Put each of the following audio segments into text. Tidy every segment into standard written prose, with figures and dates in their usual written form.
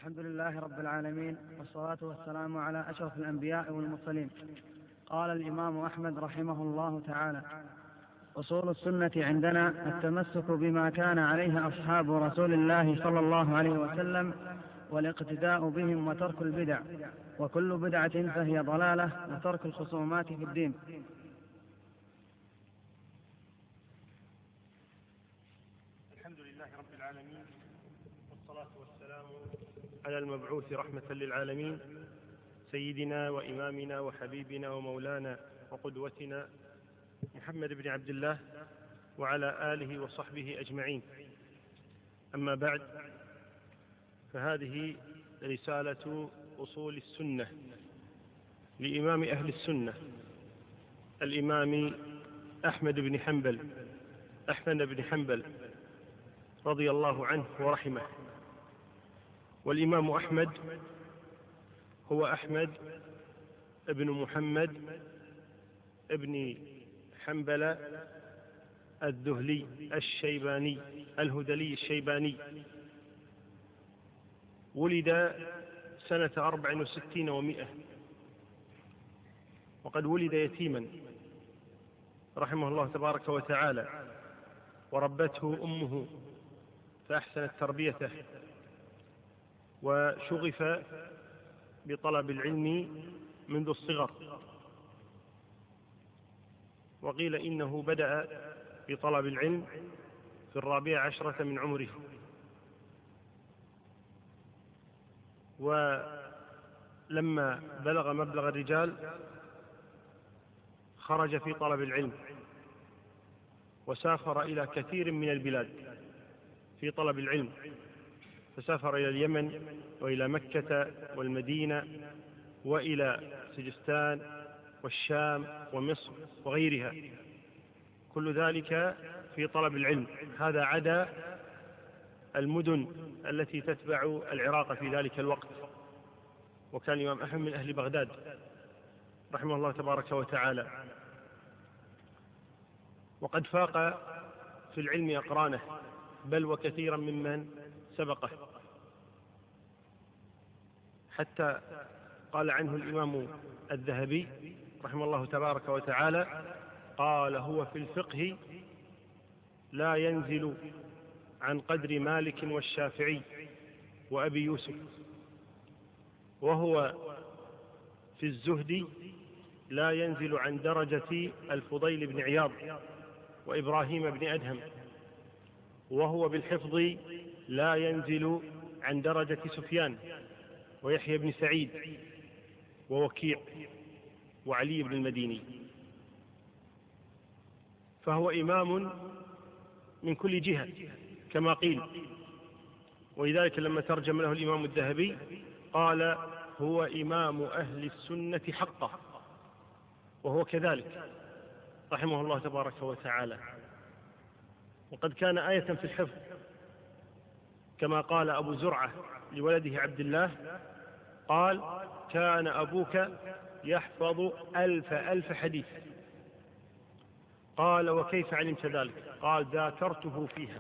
الحمد لله رب العالمين، والصلاة والسلام على أشرف الأنبياء والمرسلين. قال الإمام أحمد رحمه الله تعالى: أصول السنة عندنا التمسك بما كان عليه أصحاب رسول الله صلى الله عليه وسلم، والاقتداء بهم، وترك البدع، وكل بدعة فهي ضلالة، وترك الخصومات في الدين. الحمد لله رب العالمين، والصلاة والسلام على المبعوث رحمة للعالمين، سيدنا وإمامنا وحبيبنا ومولانا وقدوتنا محمد بن عبد الله وعلى آله وصحبه أجمعين. أما بعد، فهذه رسالة أصول السنة لإمام أهل السنة الإمام أحمد بن حنبل رضي الله عنه ورحمه. والإمام أحمد هو أحمد ابن محمد ابن حنبل الذهلي الهذلي الشيباني، ولد سنة 64 و100، وقد ولد يتيما رحمه الله تبارك وتعالى، وربته أمه فأحسنت تربيته، وشغف بطلب العلم منذ الصغر. وقيل إنه بدأ بطلب العلم في 14 من عمره، ولما بلغ مبلغ الرجال خرج في طلب العلم، وسافر إلى كثير من البلاد في طلب العلم، فسافر إلى اليمن وإلى مكة والمدينة وإلى سجستان والشام ومصر وغيرها، كل ذلك في طلب العلم. هذا عدا المدن التي تتبع العراق في ذلك الوقت، وكان الإمام أحمد من أهل بغداد رحمه الله تبارك وتعالى، وقد فاق في العلم أقرانه، بل وكثيرا ممن سبقه، حتى قال عنه الإمام الذهبي رحمه الله تبارك وتعالى: قال: هو في الفقه لا ينزل عن قدر مالك والشافعي وأبي يوسف، وهو في الزهد لا ينزل عن درجة الفضيل بن عياض وإبراهيم بن أدهم، وهو بالحفظ لا ينزل عن درجة سفيان ويحيى بن سعيد ووكيع وعلي بن المديني، فهو إمام من كل جهة كما قيل. ولذلك لما ترجم له الإمام الذهبي قال: هو إمام أهل السنة حقا، وهو كذلك رحمه الله تبارك وتعالى. وقد كان آية في الحفظ، كما قال أبو زرعة لولده عبد الله، قال: كان أبوك يحفظ 1000 حديث. قال: وكيف علمت ذلك؟ قال: ذاكرته فيها.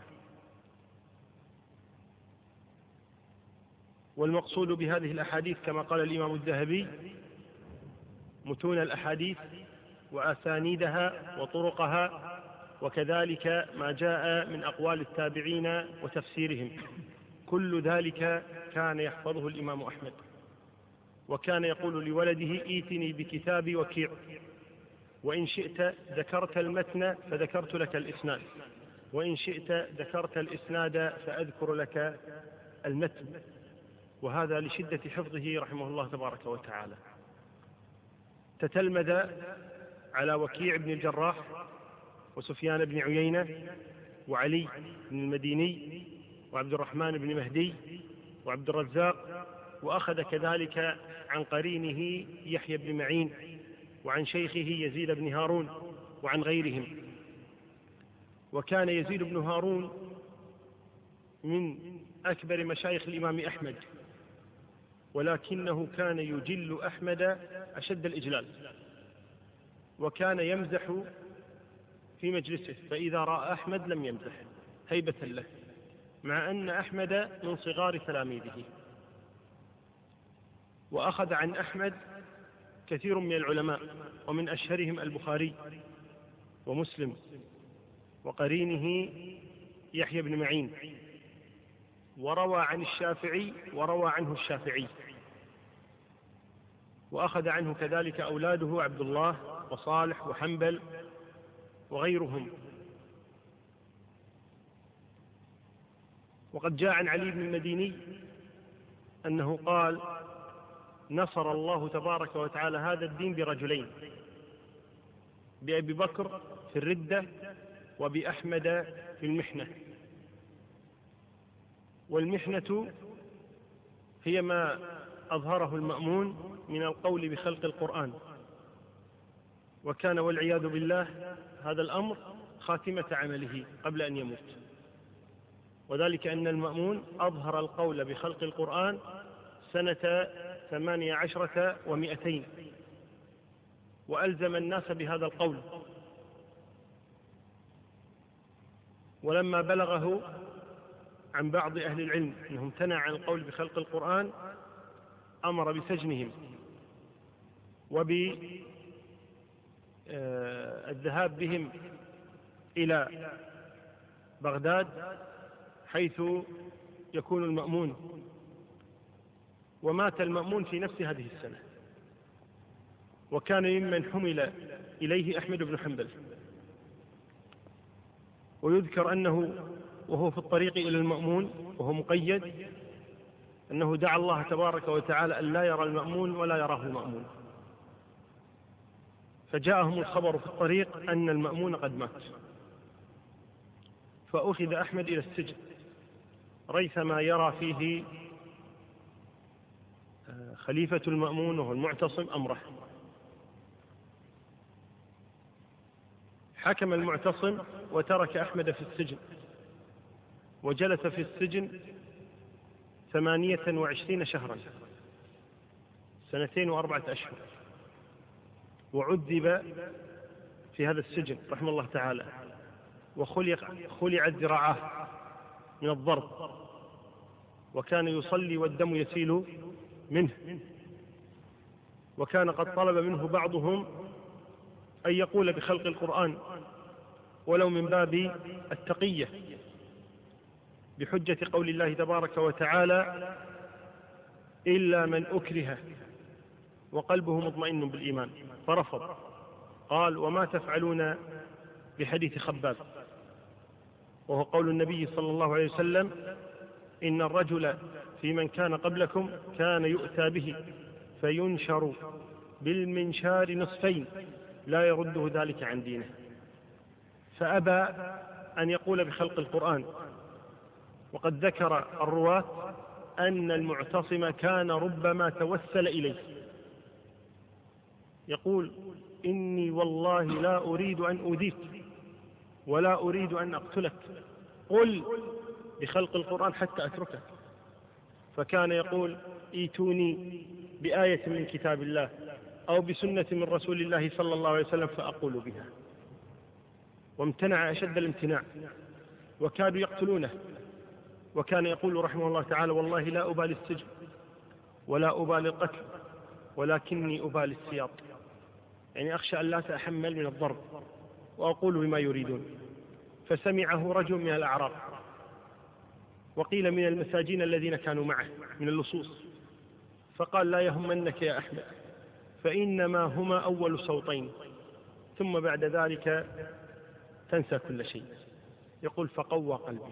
والمقصود بهذه الأحاديث كما قال الإمام الذهبي متون الأحاديث وأسانيدها وطرقها، وكذلك ما جاء من أقوال التابعين وتفسيرهم، كل ذلك كان يحفظه الإمام أحمد. وكان يقول لولده: ائتني بكتاب وكيع، وإن شئت ذكرت المتن فذكرت لك الإسناد، وإن شئت ذكرت الإسناد فأذكر لك المتن. وهذا لشدة حفظه رحمه الله تبارك وتعالى. تتلمذ على وكيع بن الجراح وسفيان بن عيينة وعلي بن المديني وعبد الرحمن بن مهدي وعبد الرزاق، وأخذ كذلك عن قرينه يحيى بن معين، وعن شيخه يزيد بن هارون، وعن غيرهم. وكان يزيد بن هارون من أكبر مشايخ الإمام أحمد، ولكنه كان يجل أحمد أشد الإجلال، وكان يمزح في مجلسه، فإذا رأى أحمد لم يمزح هيبة له، مع أن أحمد من صغار تلاميذه. وأخذ عن أحمد كثير من العلماء، ومن أشهرهم البخاري ومسلم وقرينه يحيى بن معين، وروى عن الشافعي وروى عنه الشافعي، وأخذ عنه كذلك أولاده عبد الله وصالح وحنبل وغيرهم. وقد جاء عن علي بن المديني أنه قال: نصر الله تبارك وتعالى هذا الدين برجلين، بأبي بكر في الردة وبأحمد في المحنة. والمحنة هي ما أظهره المأمون من القول بخلق القرآن، وكان والعياذ بالله هذا الأمر خاتمة عمله قبل أن يموت، وذلك أن المأمون أظهر القول بخلق القرآن سنة 18 و200، وألزم الناس بهذا القول. ولما بلغه عن بعض أهل العلم أنهم امتنع عن القول بخلق القرآن، أمر بسجنهم وبالذهاب بهم إلى بغداد حيث يكون المأمون. ومات المأمون في نفس هذه السنة، وكان ممن حمل إليه أحمد بن حنبل. ويذكر أنه وهو في الطريق إلى المأمون وهو مقيد أنه دعا الله تبارك وتعالى أن لا يرى المأمون ولا يراه المأمون، فجاءهم الخبر في الطريق أن المأمون قد مات، فأخذ أحمد إلى السجن ريثما يرى فيه خليفة المأمون وهو المعتصم أمره. حكم المعتصم وترك أحمد في السجن، وجلس في السجن 28 شهرا، 2 و4 أشهر، وعذب في هذا السجن رحمه الله تعالى، وخلعت ذراعاه من الضرب، وكان يصلي والدم يسيل منه. وكان قد طلب منه بعضهم أن يقول بخلق القرآن ولو من باب التقية، بحجة قول الله تبارك وتعالى: إلا من أكره وقلبه مطمئن بالإيمان، فرفض. قال: وما تفعلون بحديث خباب، وهو قول النبي صلى الله عليه وسلم: إن الرجل في من كان قبلكم كان يؤتى به فينشر بالمنشار نصفين لا يرده ذلك عن دينه. فأبى أن يقول بخلق القرآن. وقد ذكر الرواة أن المعتصم كان ربما توسل إليه يقول: إني والله لا أريد أن أؤذيك ولا أريد أن أقتلك، قل بخلق القرآن حتى أتركك. فكان يقول: إيتوني بآية من كتاب الله أو بسنة من رسول الله صلى الله عليه وسلم فأقول بها. وامتنع أشد الامتناع، وكادوا يقتلونه. وكان يقول رحمه الله تعالى: والله لا أبالي السجن ولا أبالي القتل ولكني أبالي السياط، يعني أخشى أن لا أتحمل من الضرب وأقول بما يريدون. فسمعه رجل من الأعراب، وقيل من المساجين الذين كانوا معه من اللصوص، فقال: لا يهمنك يا أحمد، فإنما هما أول صوتين، ثم بعد ذلك تنسى كل شيء. يقول: فقوى قلبي.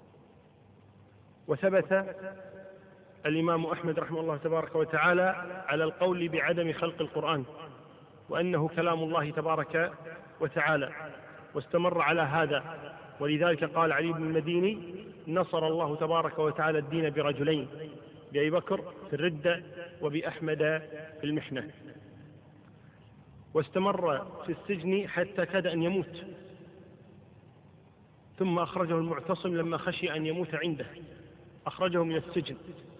وثبت الإمام أحمد رحمه الله تبارك وتعالى على القول بعدم خلق القرآن، وأنه كلام الله تبارك وتعالى، واستمر على هذا. ولذلك قال علي بن المديني: نصر الله تبارك وتعالى الدين برجلين، بأبي بكر في الردة وبأحمد في المحنة. واستمر في السجن حتى كاد أن يموت، ثم أخرجه المعتصم لما خشي أن يموت عنده، أخرجه من السجن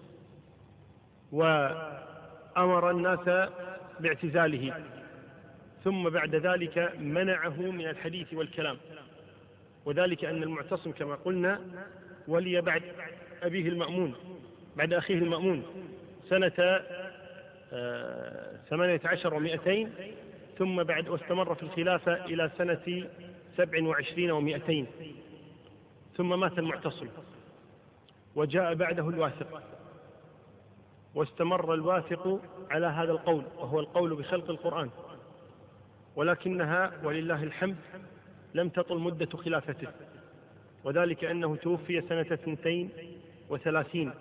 وأمر الناس باعتزاله، ثم بعد ذلك منعه من الحديث والكلام. وذلك أن المعتصم كما قلنا ولي بعد أبيه المأمون، بعد أخيه المأمون، سنة 18 و200، ثم بعد واستمر في الخلافة إلى سنة 27 و200، ثم مات المعتصم وجاء بعده الواثق، واستمر الواثق على هذا القول، وهو القول بخلق القرآن، ولكنها ولله الحمد لم تطل مدة خلافته، وذلك أنه توفي سنة 32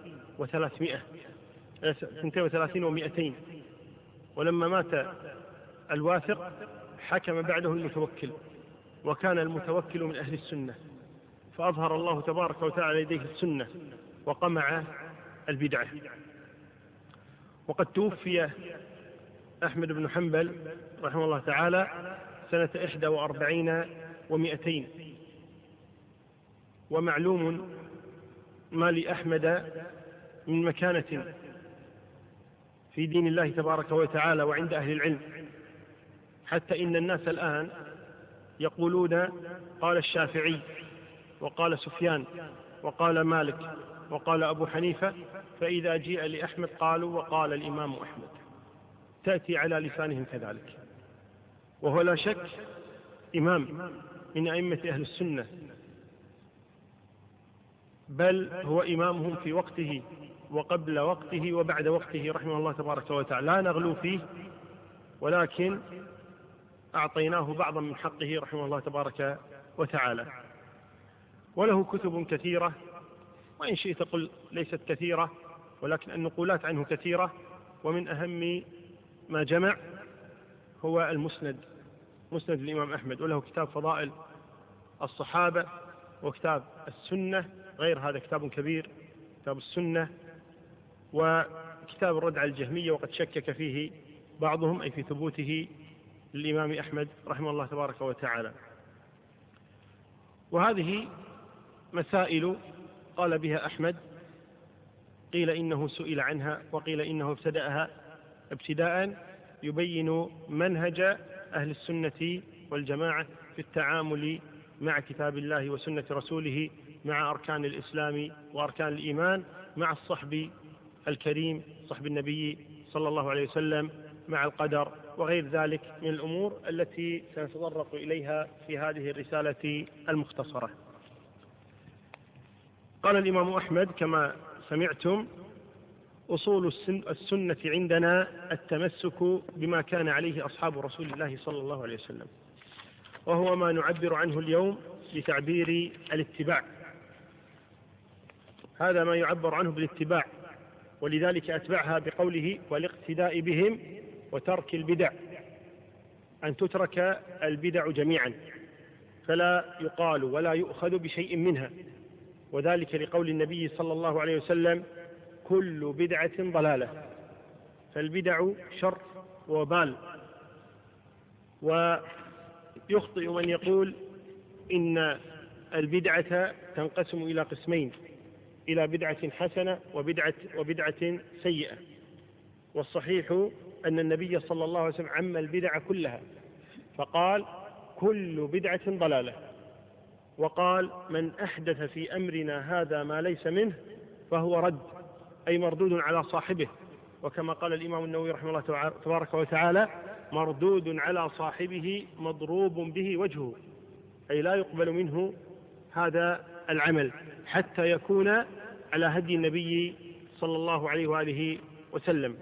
و200، ولما مات الواثق حكم بعده المتوكل، وكان المتوكل من أهل السنة، فأظهر الله تبارك وتعالى يديه السنة وقمع البدعة. وقد توفي أحمد بن حنبل رحمه الله تعالى سنة 41 و200. ومعلوم ما لأحمد من مكانة في دين الله تبارك وتعالى وعند أهل العلم، حتى إن الناس الآن يقولون قال الشافعي وقال سفيان وقال مالك وقال أبو حنيفة، فإذا جيء لأحمد قالوا وقال الإمام أحمد، تأتي على لسانهم كذلك، وهو لا شك إمام من أئمة أهل السنة، بل هو إمامهم في وقته وقبل وقته وبعد وقته رحمه الله تبارك وتعالى، لا نغلو فيه، ولكن أعطيناه بعضا من حقه رحمه الله تبارك وتعالى. وله كتب كثيرة، وإن شئت قل ليست كثيرة، ولكن النقولات عنه كثيرة، ومن أهم ما جمع هو المسند، مسند الإمام أحمد، وله كتاب فضائل الصحابة وكتاب السنة، غير هذا كتاب كبير كتاب السنة، وكتاب الرد على الجهمية، وقد شكك فيه بعضهم أي في ثبوته للإمام أحمد رحمه الله تبارك وتعالى. وهذه مسائل قال بها أحمد، قيل إنه سئل عنها، وقيل إنه ابتدأها ابتداء يبين منهج أهل السنة والجماعة في التعامل مع كتاب الله وسنة رسوله، مع أركان الإسلام وأركان الإيمان، مع الصحب الكريم صحب النبي صلى الله عليه وسلم، مع القدر وغير ذلك من الأمور التي سنتطرق إليها في هذه الرسالة المختصرة. قال الإمام أحمد كما سمعتم: أصول السنة عندنا التمسك بما كان عليه أصحاب رسول الله صلى الله عليه وسلم، وهو ما نعبر عنه اليوم بتعبير الاتباع. هذا ما يعبر عنه بالاتباع، ولذلك أتبعها بقوله: والاقتداء بهم وترك البدع، أن تترك البدع جميعا، فلا يقال ولا يؤخذ بشيء منها، وذلك لقول النبي صلى الله عليه وسلم: كل بدعة ضلالة. فالبدع شر وبال، ويخطئ من يقول إن البدعة تنقسم إلى قسمين: إلى بدعة حسنة وبدعة سيئة. والصحيح أن النبي صلى الله عليه وسلم عم البدع كلها، فقال: كل بدعة ضلالة، وقال: من أحدث في أمرنا هذا ما ليس منه فهو رد، أي مردود على صاحبه، وكما قال الإمام النووي رحمه الله تبارك وتعالى: مردود على صاحبه مضروب به وجهه، أي لا يقبل منه هذا العمل حتى يكون على هدي النبي صلى الله عليه وآله وسلم.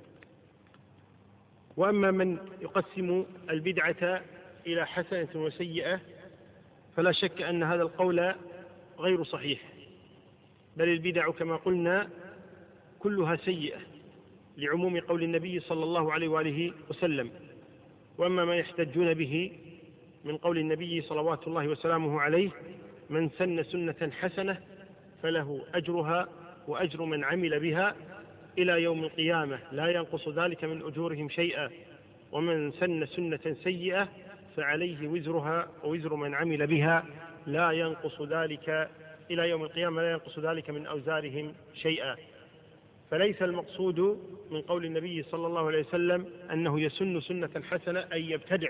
وأما من يقسم البدعة إلى حسنة وسيئة فلا شك أن هذا القول غير صحيح، بل البدع كما قلنا كلها سيئة لعموم قول النبي صلى الله عليه وآله وسلم. وأما ما يحتجون به من قول النبي صلوات الله وسلامه عليه: من سن سنة حسنة فله أجرها وأجر من عمل بها إلى يوم القيامة لا ينقص ذلك من أجورهم شيئا، ومن سن سنة سيئة فعليه وزرها ووزر من عمل بها لا ينقص ذلك إلى يوم القيامة لا ينقص ذلك من أوزارهم شيئا. فليس المقصود من قول النبي صلى الله عليه وسلم أنه يسن سنة حسنة أي يبتدع.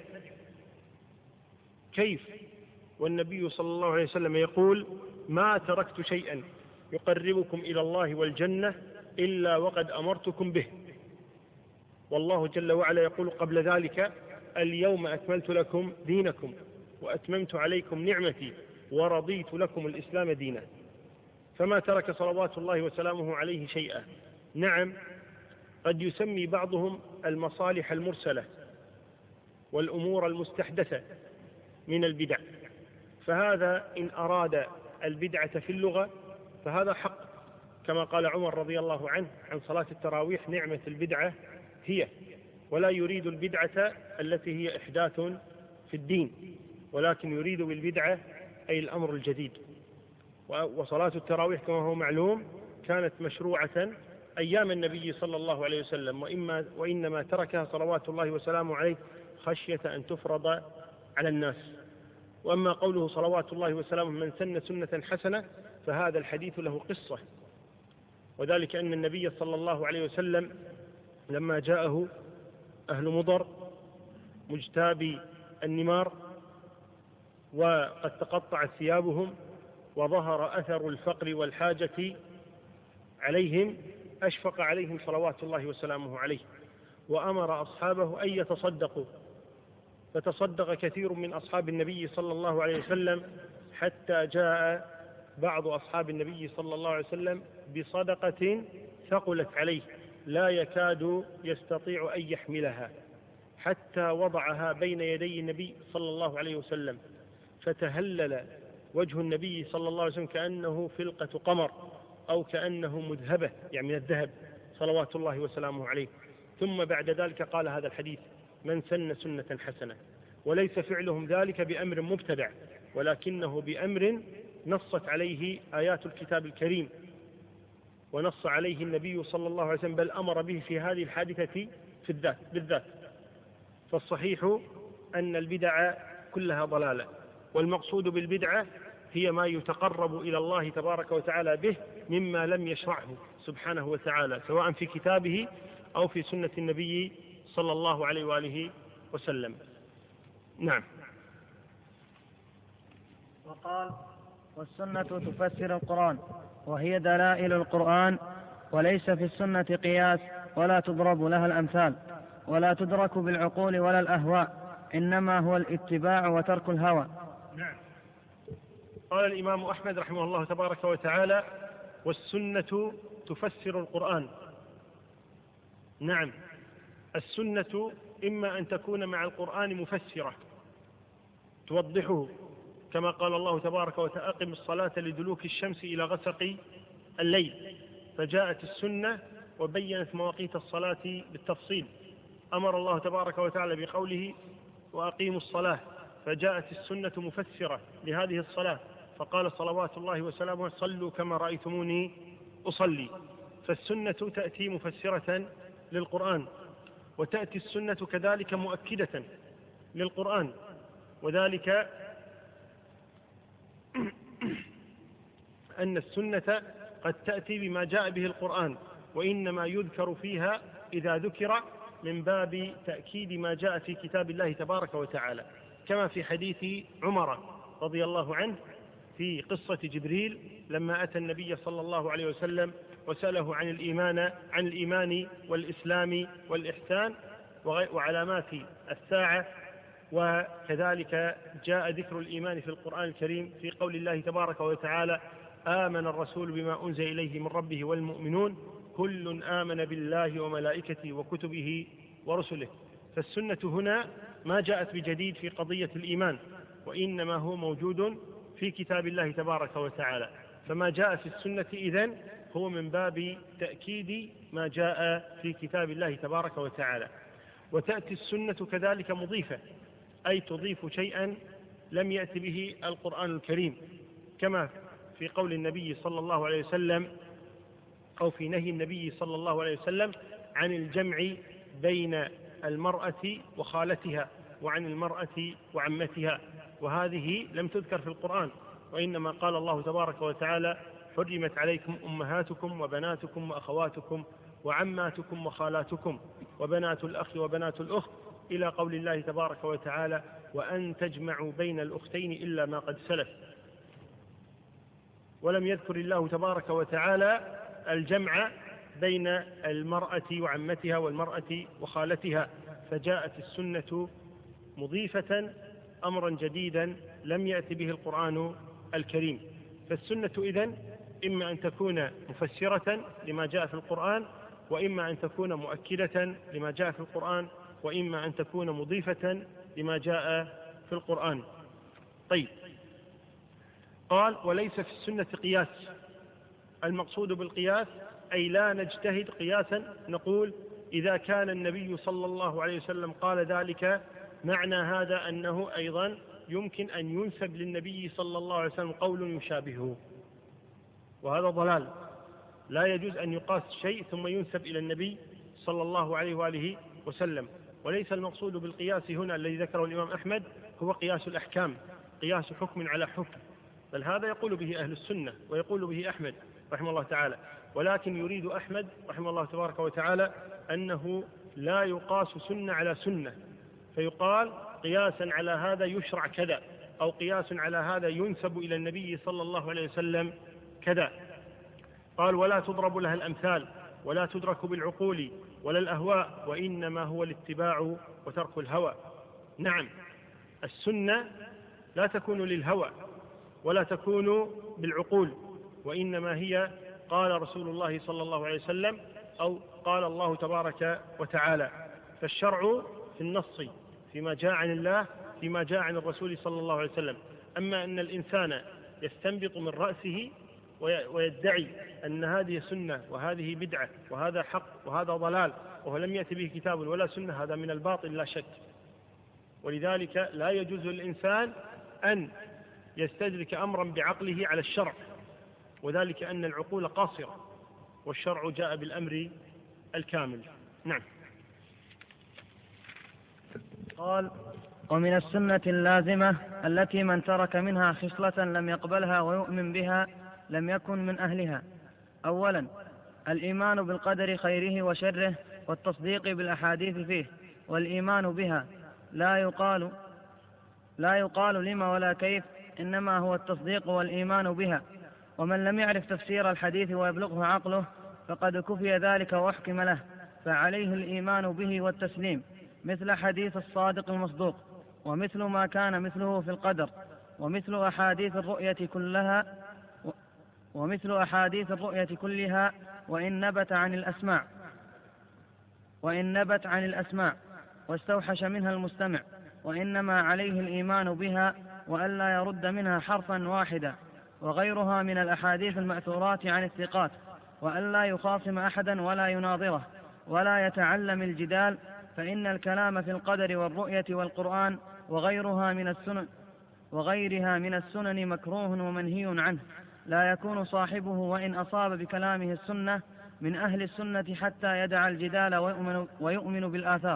كيف والنبي صلى الله عليه وسلم يقول: ما تركت شيئا يقربكم إلى الله والجنة إلا وقد أمرتكم به. والله جل وعلا يقول قبل ذلك: اليوم أكملت لكم دينكم وأتممت عليكم نعمتي ورضيت لكم الإسلام دينا. فما ترك صلوات الله وسلامه عليه شيئا. نعم، قد يسمي بعضهم المصالح المرسلة والأمور المستحدثة من البدع، فهذا إن أراد البدعة في اللغة فهذا حق، كما قال عمر رضي الله عنه عن صلاة التراويح: نعمة البدعة هي. ولا يريد البدعة التي هي إحداث في الدين، ولكن يريد بالبدعة أي الأمر الجديد. وصلاة التراويح كما هو معلوم كانت مشروعة أيام النبي صلى الله عليه وسلم، وإنما تركها صلوات الله وسلامه عليه خشية أن تفرض على الناس. وأما قوله صلوات الله وسلامه: من سن سنة حسنة، فهذا الحديث له قصة، وذلك أن النبي صلى الله عليه وسلم لما جاءه أهل مضر مجتابي النمار وقد تقطعت ثيابهم وظهر أثر الفقر والحاجة عليهم، أشفق عليهم صلوات الله وسلامه عليه، وأمر أصحابه أن يتصدقوا، فتصدق كثير من أصحاب النبي صلى الله عليه وسلم، حتى جاء بعض أصحاب النبي صلى الله عليه وسلم بصدقة ثقلت عليه لا يكاد يستطيع أن يحملها، حتى وضعها بين يدي النبي صلى الله عليه وسلم، فتهلل وجه النبي صلى الله عليه وسلم كأنه فلقة قمر أو كأنه مذهبة، يعني من الذهب، صلوات الله وسلامه عليه. ثم بعد ذلك قال هذا الحديث: من سن سنة حسنة. وليس فعلهم ذلك بأمر مبتدع، ولكنه بأمر نصت عليه آيات الكتاب الكريم ونص عليه النبي صلى الله عليه وسلم، بل أمر به في هذه الحادثة بالذات. فالصحيح أن البدع كلها ضلالة، والمقصود بالبدعة هي ما يتقرب إلى الله تبارك وتعالى به مما لم يشرعه سبحانه وتعالى، سواء في كتابه أو في سنة النبي صلى الله عليه وآله وسلم. نعم. وقال: والسنة تفسر القرآن، وهي دلائل القرآن، وليس في السنة قياس، ولا تضرب لها الأمثال، ولا تدرك بالعقول ولا الأهواء، إنما هو الاتباع وترك الهوى. نعم. قال الإمام أحمد رحمه الله تبارك وتعالى: والسنة تفسر القرآن. نعم، السنة إما أن تكون مع القرآن مفسرة توضحه، كما قال الله تبارك وتعالى: أقم الصلاة لدلوك الشمس إلى غسق الليل، فجاءت السنة وبينت مواقيت الصلاة بالتفصيل. أمر الله تبارك وتعالى بقوله: وأقيموا الصلاة، فجاءت السنة مفسرة لهذه الصلاة، فقال صلوات الله وسلامه: صلوا كما رأيتموني أصلي. فالسنة تأتي مفسرة للقرآن، وتأتي السنة كذلك مؤكدة للقرآن، وذلك أن السنة قد تأتي بما جاء به القرآن، وإنما يذكر فيها إذا ذكر من باب تأكيد ما جاء في كتاب الله تبارك وتعالى، كما في حديث عمر رضي الله عنه في قصة جبريل لما أتى النبي صلى الله عليه وسلم وسأله عن الإيمان والإسلام والإحسان وعلامات الساعة. وكذلك جاء ذكر الإيمان في القرآن الكريم في قول الله تبارك وتعالى: آمن الرسول بما أنزل إليه من ربه والمؤمنون كل آمن بالله وملائكته وكتبه ورسله. فالسنة هنا ما جاءت بجديد في قضية الإيمان، وإنما هو موجود في كتاب الله تبارك وتعالى، فما جاء في السنة إذن هو من باب تأكيد ما جاء في كتاب الله تبارك وتعالى. وتأتي السنة كذلك مضيفة، أي تضيف شيئا لم يأتي به القرآن الكريم، كما في قول النبي صلى الله عليه وسلم أو في نهي النبي صلى الله عليه وسلم عن الجمع بين المرأة وخالتها وعن المرأة وعمتها، وهذه لم تذكر في القرآن، وإنما قال الله تبارك وتعالى: حرمت عليكم أمهاتكم وبناتكم وأخواتكم وعماتكم وخالاتكم وبنات الأخ وبنات الأخت، إلى قول الله تبارك وتعالى: وأن تجمعوا بين الأختين إلا ما قد سلف. ولم يذكر الله تبارك وتعالى الجمع بين المرأة وعمتها والمرأة وخالتها، فجاءت السنة مضيفة أمرا جديدا لم يأتي به القرآن الكريم. فالسنة إذن إما أن تكون مفسرة لما جاء في القرآن، وإما أن تكون مؤكدة لما جاء في القرآن، وإما أن تكون مضيفة لما جاء في القرآن. طيب، قال وليس في السنة قياس. المقصود بالقياس أي لا نجتهد قياسا نقول إذا كان النبي صلى الله عليه وسلم قال ذلك معنى هذا أنه أيضا يمكن أن ينسب للنبي صلى الله عليه وسلم قول يشابهه، وهذا ضلال. لا يجوز أن يقاس شيء ثم ينسب إلى النبي صلى الله عليه وآله وسلم. وليس المقصود بالقياس هنا الذي ذكره الإمام أحمد هو قياس الأحكام، قياس حكم على حكم، بل هذا يقول به أهل السنة ويقول به أحمد رحمه الله تعالى. ولكن يريد أحمد رحمه الله تبارك وتعالى أنه لا يقاس سنة على سنة، فيقال قياسا على هذا يشرع كذا، أو قياس على هذا ينسب إلى النبي صلى الله عليه وسلم كذا. قال ولا تضرب لها الأمثال ولا تدرك بالعقول ولا الأهواء، وإنما هو الاتباع وترك الهوى. نعم، السنة لا تكون للهوى ولا تكون بالعقول، وإنما هي قال رسول الله صلى الله عليه وسلم أو قال الله تبارك وتعالى. فالشرع في النص فيما جاء عن الله فيما جاء عن الرسول صلى الله عليه وسلم. أما أن الإنسان يستنبط من رأسه ويدعي أن هذه سنة وهذه بدعة وهذا حق وهذا ضلال وهو لم يأتي به كتاب ولا سنة، هذا من الباطل لا شك. ولذلك لا يجوز للإنسان أن يستدرك أمرا بعقله على الشرع، وذلك أن العقول قاصرة والشرع جاء بالأمر الكامل. نعم. قال ومن السنة اللازمة التي من ترك منها خصلة لم يقبلها ويؤمن بها لم يكن من أهلها. أولا الإيمان بالقدر خيره وشره والتصديق بالأحاديث فيه والإيمان بها، لا يقال لما ولا كيف، إنما هو التصديق والإيمان بها. ومن لم يعرف تفسير الحديث ويبلغه عقله فقد كفي ذلك وأحكم له، فعليه الإيمان به والتسليم، مثل حديث الصادق المصدوق، ومثل ما كان مثله في القدر، ومثل أحاديث الرؤية كلها وإن نبت عن الأسماع واستوحش منها المستمع، وإنما عليه الإيمان بها وألا يرد منها حرفا واحدا، وغيرها من الأحاديث المأثورات عن الثقات، وألا يخاصم أحدا ولا يناظره ولا يتعلم الجدال، فإن الكلام في القدر والرؤية والقرآن وغيرها من السنن مكروه ومنهي عنه، لا يكون صاحبه وإن أصاب بكلامه السنة من أهل السنة حتى يدع الجدال ويؤمن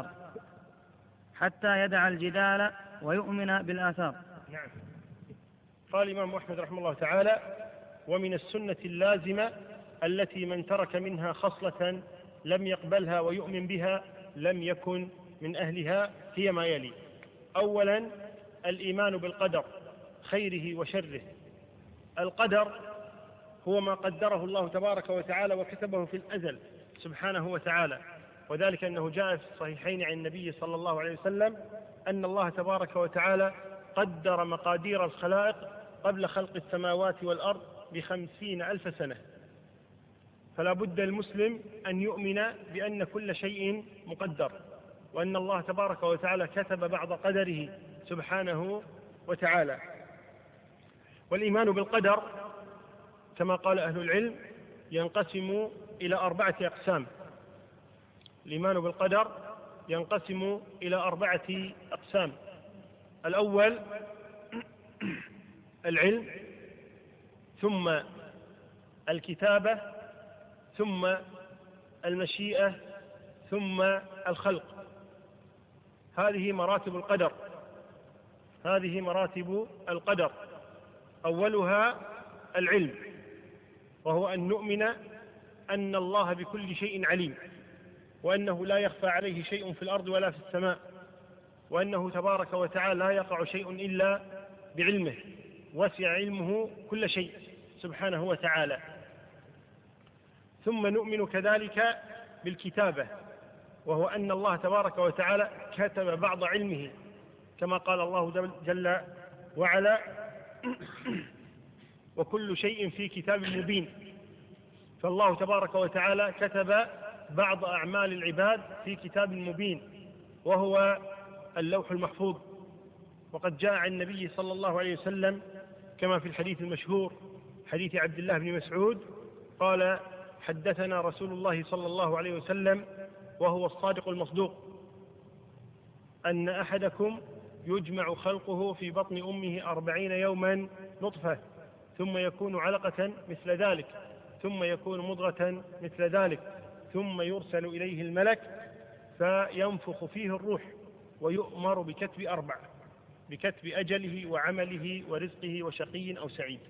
بالآثار. نعم. قال الإمام أحمد رحمه الله تعالى ومن السنة اللازمة التي من ترك منها خصلة لم يقبلها ويؤمن بها لم يكن من أهلها هي ما يلي. أولا الإيمان بالقدر خيره وشره. القدر هو ما قدره الله تبارك وتعالى وكتبه في الأزل سبحانه وتعالى، وذلك أنه جاء في الصحيحين عن النبي صلى الله عليه وسلم أن الله تبارك وتعالى قدر مقادير الخلائق قبل خلق السماوات والأرض ب50,000 سنة. فلا بد المسلم أن يؤمن بأن كل شيء مقدر، وأن الله تبارك وتعالى كتب بعض قدره سبحانه وتعالى. والإيمان بالقدر كما قال أهل العلم ينقسم إلى 4 أقسام. الإيمان بالقدر ينقسم إلى 4 أقسام. الأول العلم، ثم الكتابة، ثم المشيئة، ثم الخلق. هذه مراتب القدر. أولها العلم، وهو أن نؤمن أن الله بكل شيء عليم، وأنه لا يخفى عليه شيء في الأرض ولا في السماء، وأنه تبارك وتعالى لا يقع شيء إلا بعلمه، وسع علمه كل شيء سبحانه وتعالى. ثم نؤمن كذلك بالكتابة، وهو أن الله تبارك وتعالى كتب بعض علمه كما قال الله جل وعلا وكل شيء في كتاب مبين. فالله تبارك وتعالى كتب بعض أعمال العباد في كتاب مبين وهو اللوح المحفوظ. وقد جاء عن النبي صلى الله عليه وسلم كما في الحديث المشهور حديث عبد الله بن مسعود قال: حدثنا رسول الله صلى الله عليه وسلم وهو الصادق المصدوق أن أحدكم يجمع خلقه في بطن أمه 40 يوما نطفة، ثم يكون علقة مثل ذلك، ثم يكون مضغة مثل ذلك، ثم يرسل إليه الملك فينفخ فيه الروح ويؤمر بكتب 4: بكتب أجله وعمله ورزقه وشقي أو سعيد.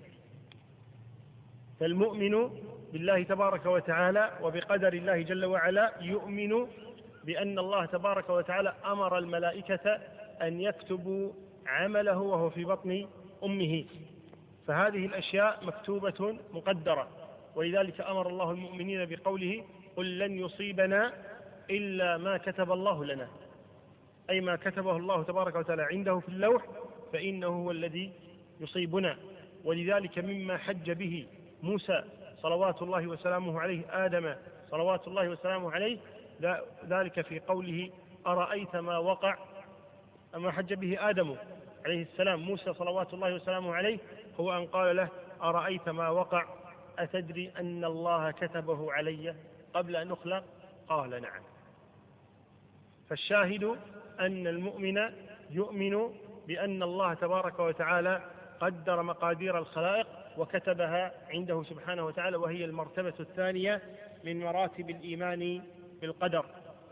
فالمؤمن بالله تبارك وتعالى وبقدر الله جل وعلا يؤمن بأن الله تبارك وتعالى أمر الملائكة أن يكتبوا عمله وهو في بطن أمه، فهذه الأشياء مكتوبة مقدرة. ولذلك أمر الله المؤمنين بقوله: قل لن يصيبنا إلا ما كتب الله لنا، أي ما كتبه الله تبارك وتعالى عنده في اللوح فإنه هو الذي يصيبنا. ولذلك مما حج به موسى صلوات الله وسلامه عليه آدم صلوات الله وسلامه عليه ذلك في قوله: أرأيت ما وقع، أما حج به آدم عليه السلام موسى صلوات الله وسلامه عليه هو أن قال له: أرأيت ما وقع أتدري أن الله كتبه علي قبل أن أخلق؟ قال: نعم. فالشاهد أن المؤمن يؤمن بأن الله تبارك وتعالى قدر مقادير الخلائق وكتبها عنده سبحانه وتعالى، وهي المرتبة الثانية من مراتب الإيمان بالقدر.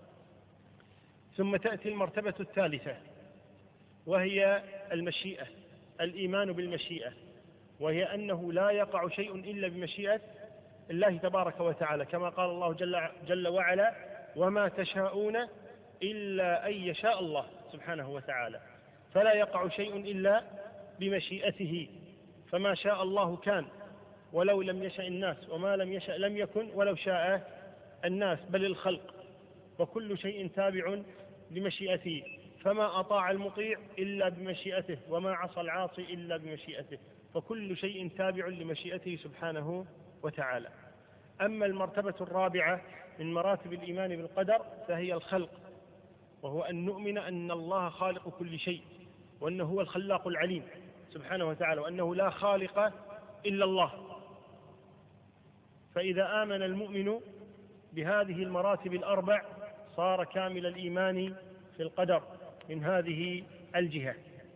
ثم تأتي المرتبة الثالثة وهي المشيئة، الإيمان بالمشيئة، وهي أنه لا يقع شيء إلا بمشيئة الله تبارك وتعالى، كما قال الله جل وعلا: وما تشاءون إلا أن يشاء الله سبحانه وتعالى. فلا يقع شيء إلا بمشيئته، فما شاء الله كان ولو لم يشاء الناس، وما لم يشاء لم يكن ولو شاء الناس بل الخلق، وكل شيء تابع لمشيئته. فما أطاع المطيع إلا بمشيئته، وما عصى العاصي إلا بمشيئته، فكل شيء تابع لمشيئته سبحانه وتعالى. أما المرتبة الرابعة من مراتب الإيمان بالقدر فهي الخلق، وهو أن نؤمن أن الله خالق كل شيء، وأنه هو الخلاق العليم سبحانه وتعالى، وأنه لا خالق إلا الله. فإذا آمن المؤمن بهذه المراتب الأربع صار كامل الإيمان في القدر من هذه الجهة.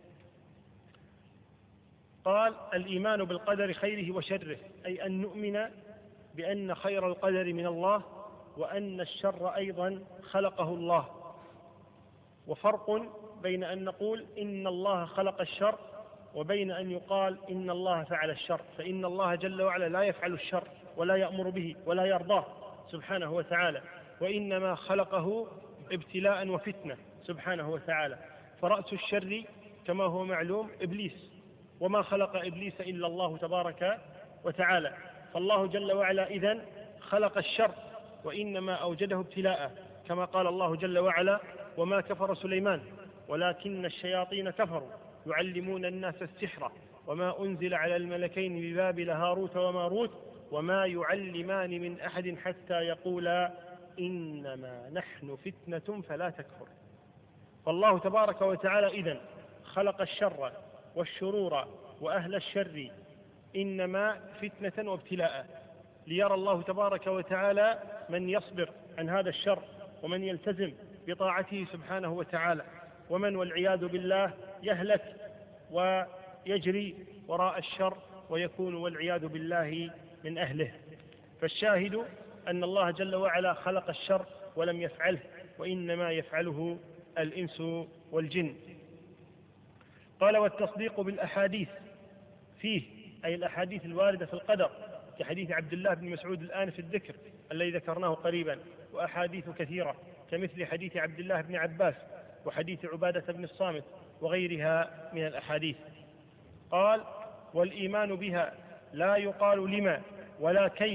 قال: الإيمان بالقدر خيره وشره، أي أن نؤمن بأن خير القدر من الله، وأن الشر أيضا خلقه الله. وفرق بين أن نقول إن الله خلق الشر وبين أن يقال إن الله فعل الشر، فإن الله جل وعلا لا يفعل الشر ولا يأمر به ولا يرضاه سبحانه وتعالى، وإنما خلقه ابتلاء وفتنة سبحانه وتعالى. فرأس الشر كما هو معلوم إبليس، وما خلق إبليس إلا الله تبارك وتعالى. فالله جل وعلا إذن خلق الشر وإنما أوجده ابتلاء، كما قال الله جل وعلا: وما كفر سليمان ولكن الشياطين كفروا يعلمون الناس السحر وما أنزل على الملكين ببابل هاروت وماروت وما يعلمان من أحد حتى يقولا إنما نحن فتنة فلا تكفر. فالله تبارك وتعالى إذن خلق الشر والشرور وأهل الشر إنما فتنة وابتلاء، ليرى الله تبارك وتعالى من يصبر عن هذا الشر ومن يلتزم بطاعته سبحانه وتعالى، ومن والعياذ بالله يهلك ويجري وراء الشر ويكون والعياذ بالله من أهله. فالشاهد أن الله جل وعلا خلق الشر ولم يفعله، وإنما يفعله الإنس والجن. قال: والتصديق بالأحاديث فيه، أي الأحاديث الواردة في القدر، كحديث عبد الله بن مسعود الآن في الذكر الذي ذكرناه قريبا، وأحاديث كثيرة كمثل حديث عبد الله بن عباس وحديث عبادة بن الصامت وغيرها من الأحاديث. قال: والإيمان بها لا يقال لما ولا كيف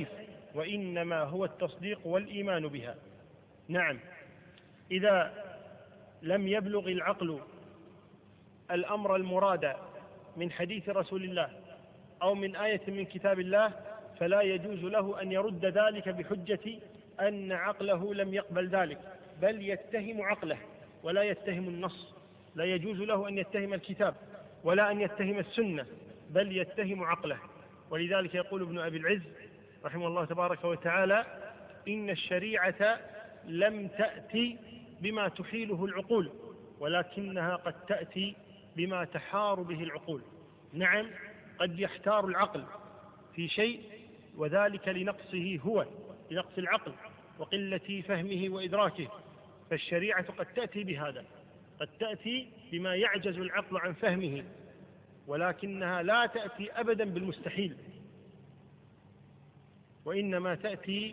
وإنما هو التصديق والإيمان بها. نعم، إذا لم يبلغ العقل الأمر المراد من حديث رسول الله أو من آية من كتاب الله فلا يجوز له أن يرد ذلك بحجة أن عقله لم يقبل ذلك، بل يتهم عقله ولا يتهم النص. لا يجوز له أن يتهم الكتاب ولا أن يتهم السنة، بل يتهم عقله. ولذلك يقول ابن أبي العز رحمه الله تبارك وتعالى: إن الشريعة لم تأتي بما تحيله العقول، ولكنها قد تأتي بما تحار به العقول. نعم، قد يحتار العقل في شيء وذلك لنقصه هو، لنقص العقل وقلة فهمه وإدراكه، فالشريعة قد تأتي بهذا، قد تأتي بما يعجز العقل عن فهمه، ولكنها لا تأتي أبدا بالمستحيل، وإنما تأتي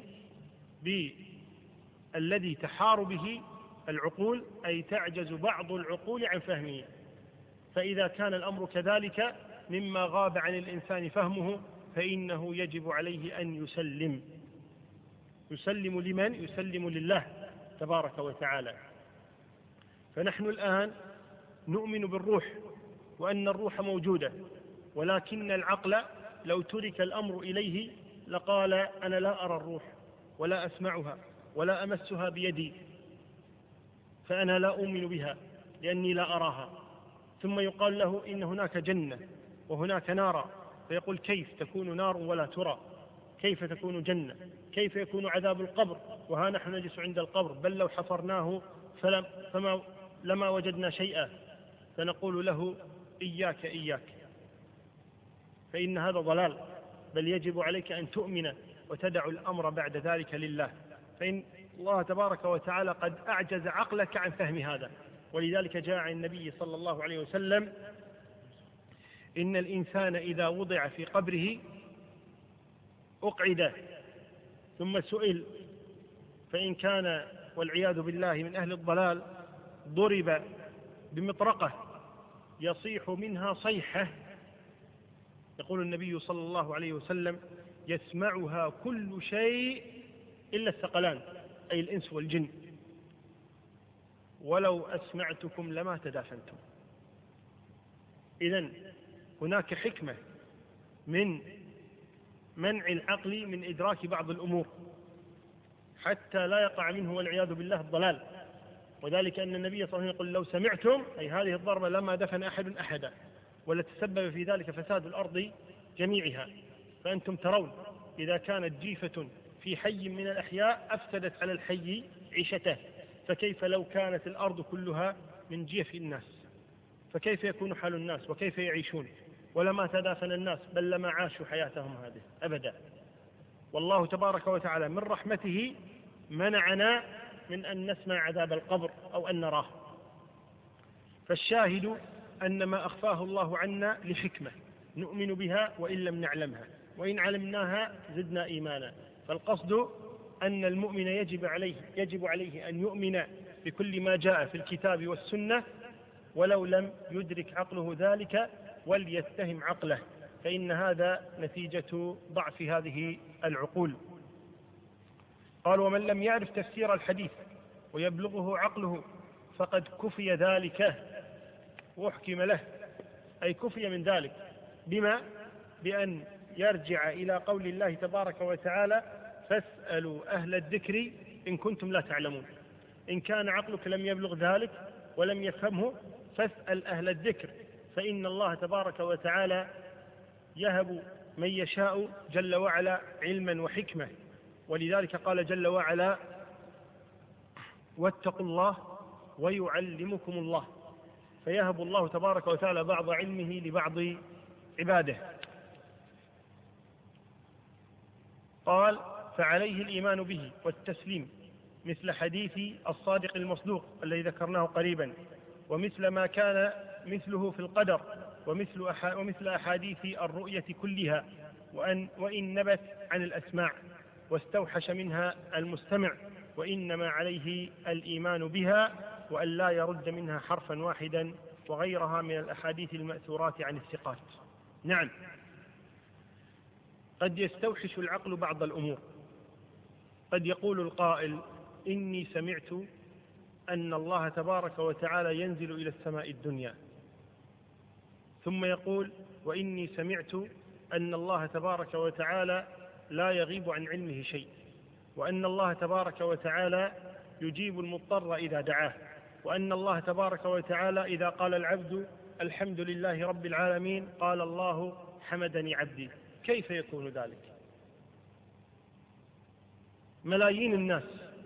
بالذي تحار به العقول، أي تعجز بعض العقول عن فهمه. فإذا كان الأمر كذلك مما غاب عن الإنسان فهمه فإنه يجب عليه أن يسلم. يسلم لمن؟ يسلم لله تبارك وتعالى. فنحن الآن نؤمن بالروح وأن الروح موجودة، ولكن العقل لو ترك الأمر إليه لقال: أنا لا أرى الروح ولا أسمعها ولا أمسها بيدي، فأنا لا أؤمن بها لأني لا أراها. ثم يقال له: إن هناك جنة وهناك نارا، فيقول: كيف تكون نار ولا ترى؟ كيف تكون جنة؟ كيف يكون عذاب القبر وها نحن نجلس عند القبر؟ بل لو حفرناه لما وجدنا شيئا. فنقول له: إياك إياك، فإن هذا ضلال، بل يجب عليك أن تؤمن وتدع الأمر بعد ذلك لله، فإن الله تبارك وتعالى قد أعجز عقلك عن فهم هذا. ولذلك جاء عن النبي صلى الله عليه وسلم: إن الإنسان إذا وضع في قبره أقعد ثم سئل، فإن كان والعياذ بالله من أهل الضلال ضرب بمطرقة يصيح منها صيحة، يقول النبي صلى الله عليه وسلم: يسمعها كل شيء إلا الثقلان، أي الإنس والجن، ولو أسمعتكم لما تدافنتم. إذن هناك حكمة من منع العقل من إدراك بعض الأمور حتى لا يقع منه والعياذ بالله الضلال. وذلك أن النبي صلى الله عليه وسلم يقول: لو سمعتم أي هذه الضربة لما دفن أحد أحدا، ولتسبب في ذلك فساد الأرض جميعها. فأنتم ترون إذا كانت جيفة في حي من الأحياء أفسدت على الحي عيشته، فكيف لو كانت الأرض كلها من جيف الناس؟ فكيف يكون حال الناس وكيف يعيشون؟ ولما تدافن الناس، بل لما عاشوا حياتهم هذه أبدا. والله تبارك وتعالى من رحمته منعنا من أن نسمع عذاب القبر أو أن نراه. فالشاهد أن ما أخفاه الله عنا لحكمة نؤمن بها وإن لم نعلمها، وإن علمناها زدنا إيمانا. فالقصد أن المؤمن يجب عليه أن يؤمن بكل ما جاء في الكتاب والسنة ولو لم يدرك عقله ذلك، وليتهم عقله، فإن هذا نتيجة ضعف هذه العقول. قال: ومن لم يعرف تفسير الحديث ويبلغه عقله فقد كفي ذلك وحكم له، أي كفي من ذلك بأن يرجع إلى قول الله تبارك وتعالى: فاسألوا أهل الذكر إن كنتم لا تعلمون. إن كان عقلك لم يبلغ ذلك ولم يفهمه فاسأل أهل الذكر، فإن الله تبارك وتعالى يهب من يشاء جل وعلا علما وحكمة. ولذلك قال جل وعلا: واتقوا الله ويعلمكم الله. فيهب الله تبارك وتعالى بعض علمه لبعض عباده. قال: فعليه الإيمان به والتسليم، مثل حديث الصادق المصدوق الذي ذكرناه قريبا، ومثل ما كان مثله في القدر، ومثل أحاديث الرؤية كلها، وإن نبت عن الأسماع واستوحش منها المستمع، وإنما عليه الإيمان بها وأن لا يرد منها حرفا واحدا، وغيرها من الأحاديث المأثورات عن الثقات. نعم، قد يستوحش العقل بعض الأمور قد يقول القائل: إني سمعت أن الله تبارك وتعالى ينزل إلى السماء الدنيا، ثم يقول: وإني سمعت أن الله تبارك وتعالى لا يغيب عن علمه شيء، وأن الله تبارك وتعالى يجيب المضطر إذا دعاه، وأن الله تبارك وتعالى إذا قال العبد الحمد لله رب العالمين قال الله حمدني عبدي. كيف يكون ذلك؟ ملايين الناس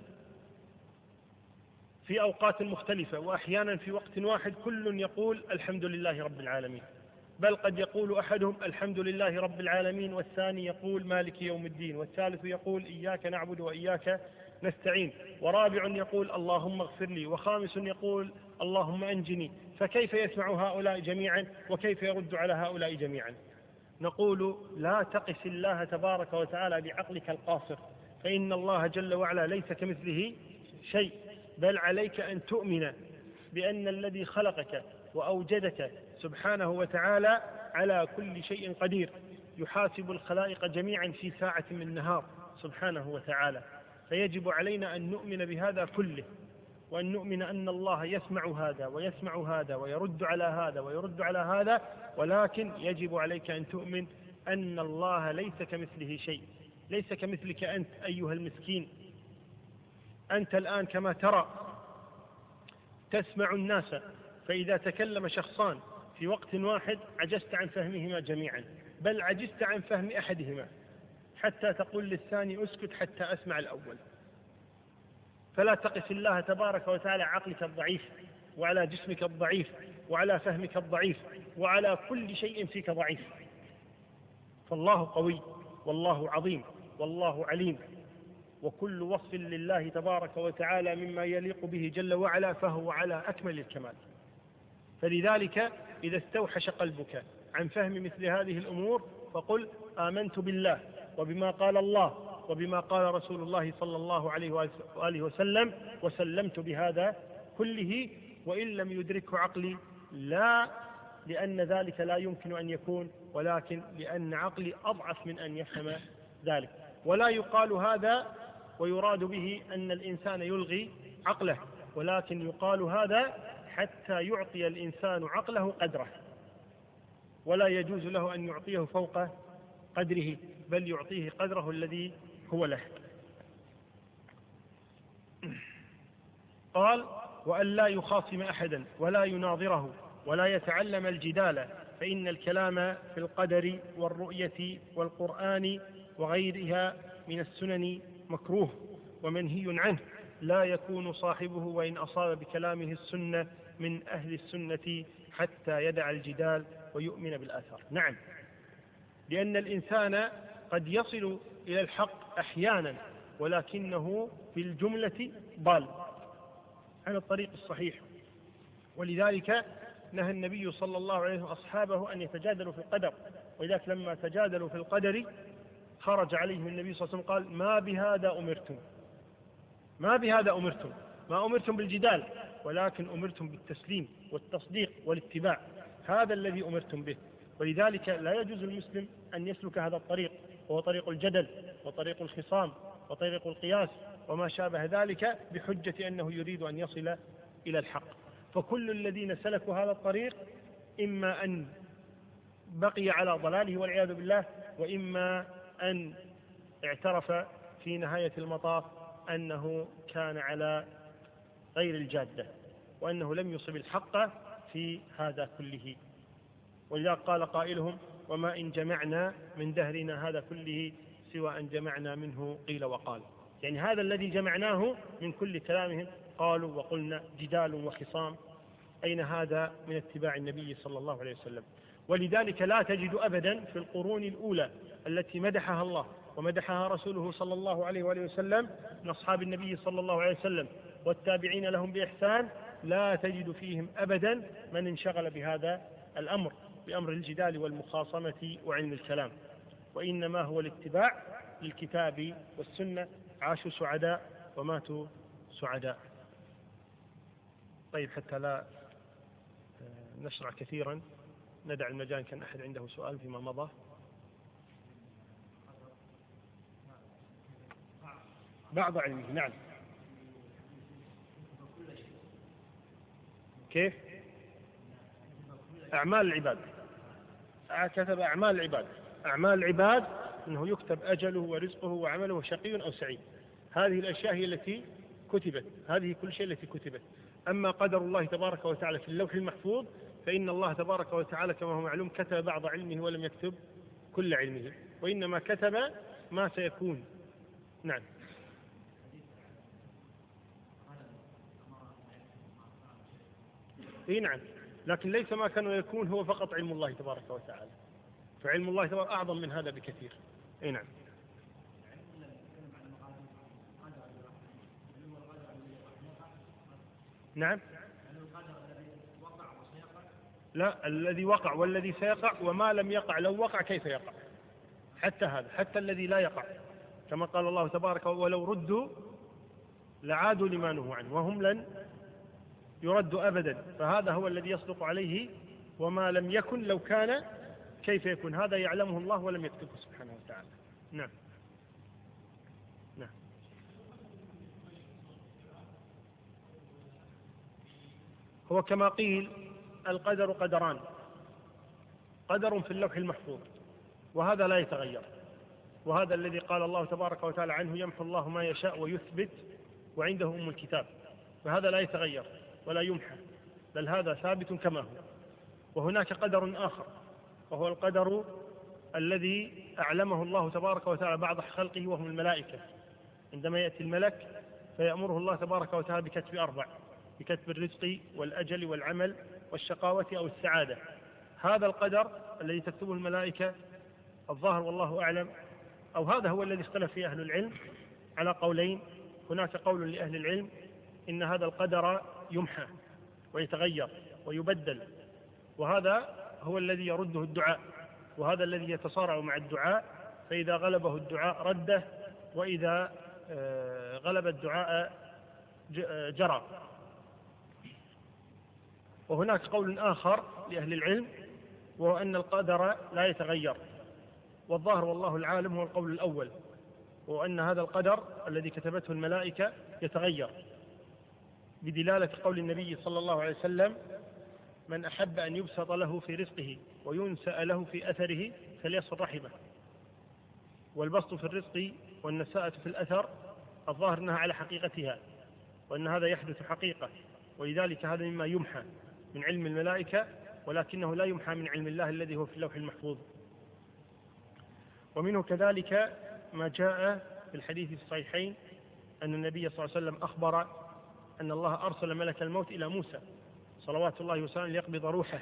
في أوقات مختلفة، وأحيانا في وقت واحد كل يقول الحمد لله رب العالمين، بل قد يقول أحدهم الحمد لله رب العالمين، والثاني يقول مالك يوم الدين، والثالث يقول إياك نعبد وإياك نستعين، ورابع يقول اللهم اغفر لي، وخامس يقول اللهم أنجني. فكيف يسمع هؤلاء جميعا وكيف يرد على هؤلاء جميعا؟ نقول: لا تقس الله تبارك وتعالى بعقلك القاصر، فإن الله جل وعلا ليس كمثله شيء، بل عليك أن تؤمن بأن الذي خلقك وأوجدك سبحانه وتعالى على كل شيء قدير، يحاسب الخلائق جميعا في ساعة من نهار سبحانه وتعالى. فيجب علينا أن نؤمن بهذا كله، وأن نؤمن أن الله يسمع هذا ويسمع هذا ويرد على هذا ويرد على هذا، ولكن يجب عليك أن تؤمن أن الله ليس كمثله شيء. ليس كمثلك أنت أيها المسكين. أنت الآن كما ترى تسمع الناس، فإذا تكلم شخصان في وقت واحد عجزت عن فهمهما جميعا، بل عجزت عن فهم أحدهما، حتى تقول للثاني اسكت حتى أسمع الأول. فلا تقس الله تبارك وتعالى عقلك الضعيف، وعلى جسمك الضعيف، وعلى فهمك الضعيف، وعلى كل شيء فيك ضعيف. فالله قوي، والله عظيم، والله عليم، وكل وصف لله تبارك وتعالى مما يليق به جل وعلا فهو على أكمل الكمال. فلذلك إذا استوحش قلبك عن فهم مثل هذه الأمور فقل آمنت بالله وبما قال الله وبما قال رسول الله صلى الله عليه وآله وسلم، وسلمت بهذا كله، وإن لم يدركه عقلي، لا لأن ذلك لا يمكن أن يكون، ولكن لأن عقلي أضعف من أن يفهم ذلك. ولا يقال هذا ويراد به أن الإنسان يلغي عقله، ولكن يقال هذا حتى يعطي الإنسان عقله قدره، ولا يجوز له أن يعطيه فوق قدره، بل يعطيه قدره الذي هو له. قال: وأن لا يخاصم أحدا ولا يناظره ولا يتعلم الجدال، فإن الكلام في القدر والرؤية والقرآن وغيرها من السنن مكروه ومنهي عنه، لا يكون صاحبه وإن أصاب بكلامه السنة من أهل السنة حتى يدع الجدال ويؤمن بالآثار. نعم، لأن الإنسان قد يصل إلى الحق أحيانا، ولكنه في الجملة ضال عن الطريق الصحيح. ولذلك نهى النبي صلى الله عليه وسلم أصحابه أن يتجادلوا في القدر، ولذلك لما تجادلوا في القدر خرج عليهم النبي صلى الله عليه وسلم قال: ما بهذا أمرتم، ما بهذا أمرتم، ما أمرتم بالجدال، ولكن أمرتم بالتسليم والتصديق والاتباع، هذا الذي أمرتم به. ولذلك لا يجوز المسلم أن يسلك هذا الطريق، وهو طريق الجدل وطريق الخصام وطريق القياس وما شابه ذلك، بحجة أنه يريد أن يصل إلى الحق. فكل الذين سلكوا هذا الطريق إما أن بقي على ضلاله والعياذ بالله، وإما أن اعترف في نهاية المطاف أنه كان على غير الجادة، وأنه لم يصب الحق في هذا كله. ولذا قال قائلهم: وما إن جمعنا من دهرنا هذا كله سوى أن جمعنا منه قيل وقال. يعني هذا الذي جمعناه من كل كلامهم قالوا وقلنا، جدال وخصام، أين هذا من اتباع النبي صلى الله عليه وسلم؟ ولذلك لا تجد أبدا في القرون الأولى التي مدحها الله ومدحها رسوله صلى الله عليه وآله وسلم من أصحاب النبي صلى الله عليه وسلم والتابعين لهم بإحسان، لا تجد فيهم أبدا من انشغل بهذا الأمر، بأمر الجدال والمخاصمة وعلم الكلام، وإنما هو الاتباع للكتاب والسنة. عاشوا سعداء وماتوا سعداء. طيب، حتى لا نشرع كثيرا ندع المجال، كان أحد عنده سؤال فيما مضى؟ بعض علمه. نعم. كيف؟ أعمال العباد، كتب أعمال العباد. أعمال العباد أنه يكتب أجله ورزقه وعمله شقي أو سعيد. هذه الأشياء هي التي كتبت، هذه كل شيء التي كتبت. أما قدر الله تبارك وتعالى في اللوح المحفوظ فإن الله تبارك وتعالى كما هو معلوم كتب بعض علمه ولم يكتب كل علمه، وإنما كتب ما سيكون. نعم. إيه نعم، لكن ليس ما كان ويكون هو فقط علم الله تبارك وتعالى، فعلم الله تبارك أعظم من هذا بكثير. إيه نعم. نعم. لا، الذي وقع والذي سيقع وما لم يقع لو وقع كيف يقع، حتى هذا، حتى الذي لا يقع، كما قال الله تبارك ولو ردوا لعادوا لما نهوا عنه وهم لن يردوا أبدا. فهذا هو الذي يصدق عليه، وما لم يكن لو كان كيف يكون، هذا يعلمه الله ولم يكتبه سبحانه وتعالى. نعم. نعم. هو كما قيل القدر قدران، قدر في اللوح المحفوظ وهذا لا يتغير، وهذا الذي قال الله تبارك وتعالى عنه يمحو الله ما يشاء ويثبت وعنده أم الكتاب، فهذا لا يتغير ولا يمحى، بل هذا ثابت كما هو. وهناك قدر آخر وهو القدر الذي أعلمه الله تبارك وتعالى بعض خلقه وهم الملائكة، عندما يأتي الملك فيأمره الله تبارك وتعالى بكتب 4، بكتب الرزق والأجل والعمل والشقاوة أو السعادة. هذا القدر الذي تكتبه الملائكة الظاهر والله أعلم، أو هذا هو الذي اختلف فيه أهل العلم على قولين. هناك قول لأهل العلم إن هذا القدر يمحى ويتغير ويبدل، وهذا هو الذي يرده الدعاء، وهذا الذي يتصارع مع الدعاء، فإذا غلبه الدعاء رده، وإذا غلب الدعاء جرى. وهناك قول آخر لأهل العلم وهو أن القدر لا يتغير، والظاهر والله العالم هو القول الأول، وأن هذا القدر الذي كتبته الملائكة يتغير، بدلالة قول النبي صلى الله عليه وسلم من أحب أن يبسط له في رزقه وينسأ له في أثره فليصل رحمه. والبسط في الرزق والنساءة في الأثر الظاهر أنها على حقيقتها، وأن هذا يحدث حقيقة، ولذلك هذا مما يمحى من علم الملائكة، ولكنه لا يمحى من علم الله الذي هو في اللوح المحفوظ. ومنه كذلك ما جاء في الحديث في الصحيحين أن النبي صلى الله عليه وسلم أخبر أن الله أرسل ملك الموت إلى موسى صلوات الله وسلامه ليقبض روحه،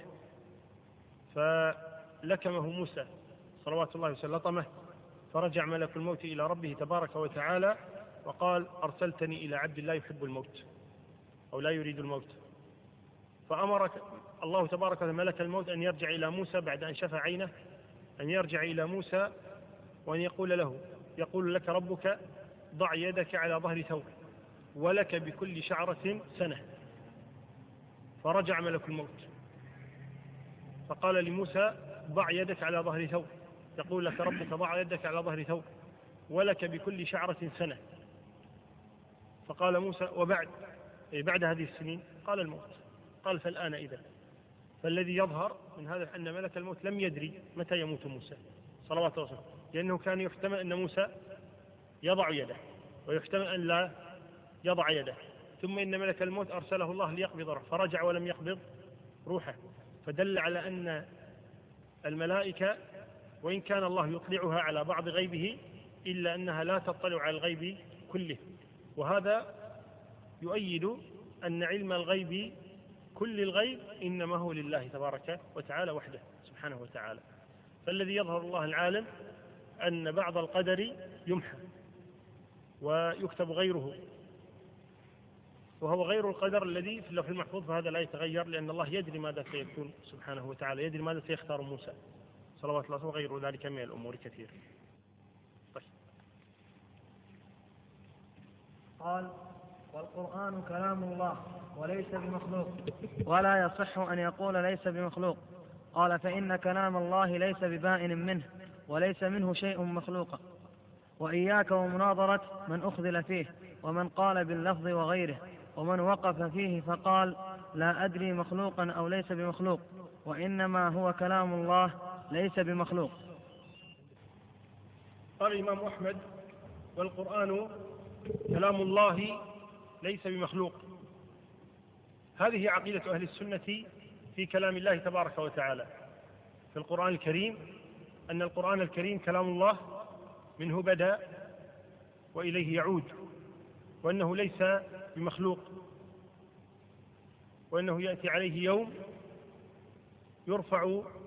فلكمه موسى صلوات الله وسلامه لطمه، فرجع ملك الموت إلى ربه تبارك وتعالى وقال أرسلتني إلى عبد لا يحب الموت أو لا يريد الموت، فأمر الله تبارك وتعالى ملك الموت أن يرجع إلى موسى بعد أن شفى عينه، أن يرجع إلى موسى وأن يقول له يقول لك ربك ضع يدك على ظهر ثوب ولك بكل شعرة سنة. فرجع ملك الموت فقال لموسى ضع يدك على ظهر ثوب، يقول لك ربك ضع يدك على ظهر ثوب ولك بكل شعرة سنة. فقال موسى بعد هذه السنين؟ قال الموت. قال فالآن إذا. فالذي يظهر من هذا أن ملك الموت لم يدري متى يموت موسى صلوات الله وسلامه، لأنه كان يحتمل أن موسى يضع يده ويحتمل أن لا يضع يده، ثم إن ملك الموت أرسله الله ليقبض روحه فرجع ولم يقبض روحه، فدل على أن الملائكة وإن كان الله يطلعها على بعض غيبه إلا أنها لا تطلع على الغيب كله، وهذا يؤيد أن علم الغيب كل الغيب إنما هو لله تبارك وتعالى وحده سبحانه وتعالى. فالذي يظهر الله العالم أن بعض القدر يمحى ويكتب غيره، وهو غير القدر الذي في اللوح المحفوظ، فهذا لا يتغير لأن الله يدري ماذا سيكون سبحانه وتعالى، يدري ماذا سيختار موسى صلوات الله وغير ذلك من الأمور كثير. طيب. قال والقرآن كلام الله وليس بمخلوق، ولا يصح أن يقول ليس بمخلوق. قال فإن كلام الله ليس ببائن منه وليس منه شيء مخلوق. وإياك ومناظرة من أخذل فيه ومن قال باللفظ وغيره، ومن وقف فيه فقال لا أدري مخلوقا أو ليس بمخلوق، وإنما هو كلام الله ليس بمخلوق. قال الإمام أحمد: والقرآن كلام الله ليس بمخلوق. هذه عقيدة أهل السنة في كلام الله تبارك وتعالى في القرآن الكريم، أن القرآن الكريم كلام الله، منه بدأ وإليه يعود، وأنه ليس بمخلوق، وأنه يأتي عليه يوم يرفع